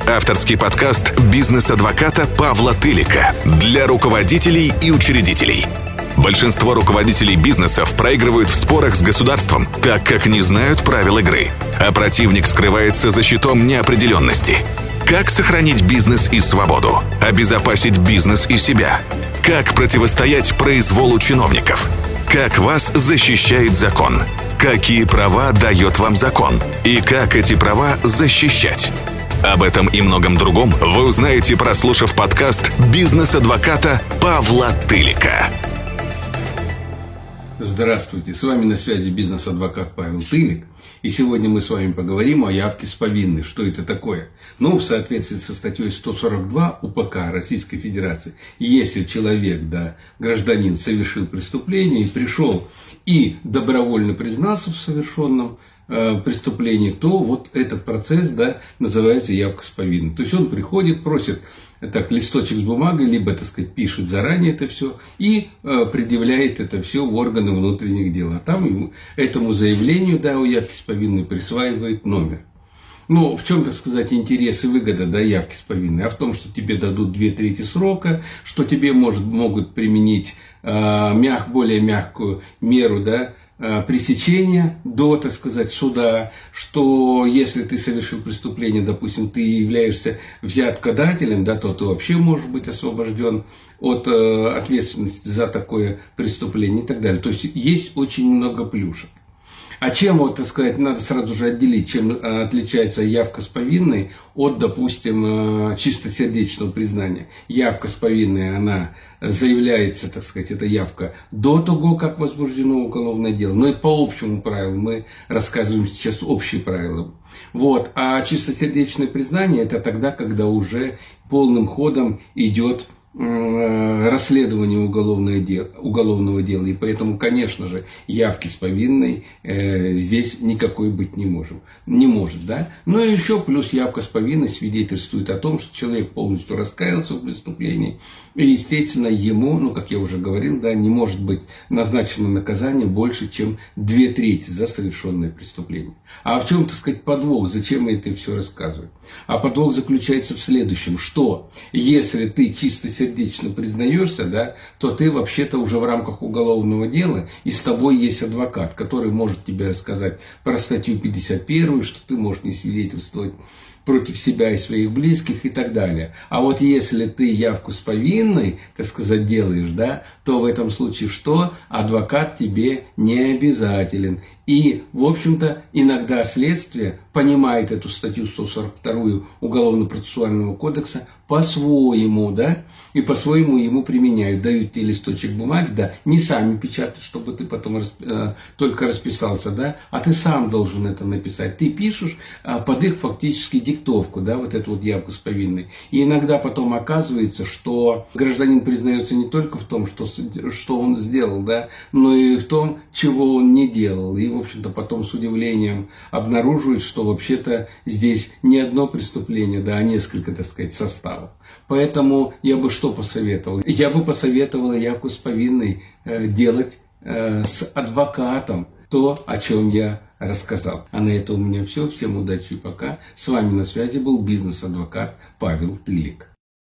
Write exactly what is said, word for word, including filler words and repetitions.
Авторский подкаст бизнес-адвоката Павла Тылика для руководителей и учредителей. Большинство руководителей бизнесов проигрывают в спорах с государством, так как не знают правил игры, а противник скрывается за щитом неопределенности. Как сохранить бизнес и свободу? Обезопасить бизнес и себя? Как противостоять произволу чиновников? Как вас защищает закон? Какие права дает вам закон? И как эти права защищать? Об этом и многом другом вы узнаете, прослушав подкаст бизнес-адвоката Павла Тылика. Здравствуйте, с вами на связи бизнес-адвокат Павел Тылик. И сегодня мы с вами поговорим о явке с повинной. Что это такое? Ну, в соответствии со статьей сто сорок два УПК Российской Федерации, если человек, да, гражданин, совершил преступление и пришел и добровольно признался в совершенном э, преступлении, то вот этот процесс, да, называется явка с повинной. То есть он приходит, просит так, листочек с бумагой, либо, так сказать, пишет заранее это все и э, предъявляет это все в органы внутренних дел. А там ему, этому заявлению, да, о явке с повинной присваивает номер. Ну, в чем, так сказать, интерес и выгода, да, явки с повинной? А в том, что тебе дадут две трети срока, что тебе может, могут применить э, мяг, более мягкую меру, да, пресечения до, так сказать, суда, что если ты совершил преступление, допустим, ты являешься взяткодателем, да, то ты вообще можешь быть освобожден от э, ответственности за такое преступление и так далее. То есть есть очень много плюшек. А чем, вот, так сказать, надо сразу же отделить, чем отличается явка с повинной от, допустим, чистосердечного признания. Явка с повинной, она заявляется, так сказать, эта явка до того, как возбуждено уголовное дело. Но это по общему правилу, мы рассказываем сейчас общие правила. Вот. А чистосердечное признание – это тогда, когда уже полным ходом идет расследование уголовного дела, уголовного дела. И поэтому, конечно же, явки с повинной э, здесь никакой быть не, можем, не может. Да? Но еще плюс явка с повинной свидетельствует о том, что человек полностью раскаялся в преступлении. И, естественно, ему, ну, как я уже говорил, да, не может быть назначено наказание больше, чем две трети за совершенное преступление. А в чем, так сказать, подвох? Зачем мы это все рассказываем? А подвох заключается в следующем, что если ты чисто сердечно признаешься, да, то ты вообще-то уже в рамках уголовного дела, и с тобой есть адвокат, который может тебе рассказать про статью пятьдесят первую, что ты можешь не свидетельствовать против себя и своих близких и так далее. А вот если ты явку с повинной, так сказать, делаешь, да, то в этом случае что? Адвокат тебе не обязателен. И, в общем-то, иногда следствие понимает эту статью сто сорок вторую Уголовно-процессуального кодекса по-своему, да, и по-своему ему применяют. Дают тебе листочек бумаги, да, не сами печатают, чтобы ты потом расп... э, только расписался, да, а ты сам должен это написать. Ты пишешь э, под их фактически диктовку, да, вот эту вот явку с повинной. И иногда потом оказывается, что гражданин признается не только в том, что, что он сделал, да, но и в том, чего он не делал. И, в общем-то, потом с удивлением обнаруживает, что вообще-то здесь не одно преступление, да, а несколько, так сказать, составов. Поэтому я бы что посоветовал? Я бы посоветовал явку с повинной э, делать э, с адвокатом, то, о чем я рассказал. А на этом у меня все. Всем удачи и пока. С вами на связи был бизнес-адвокат Павел Тылик.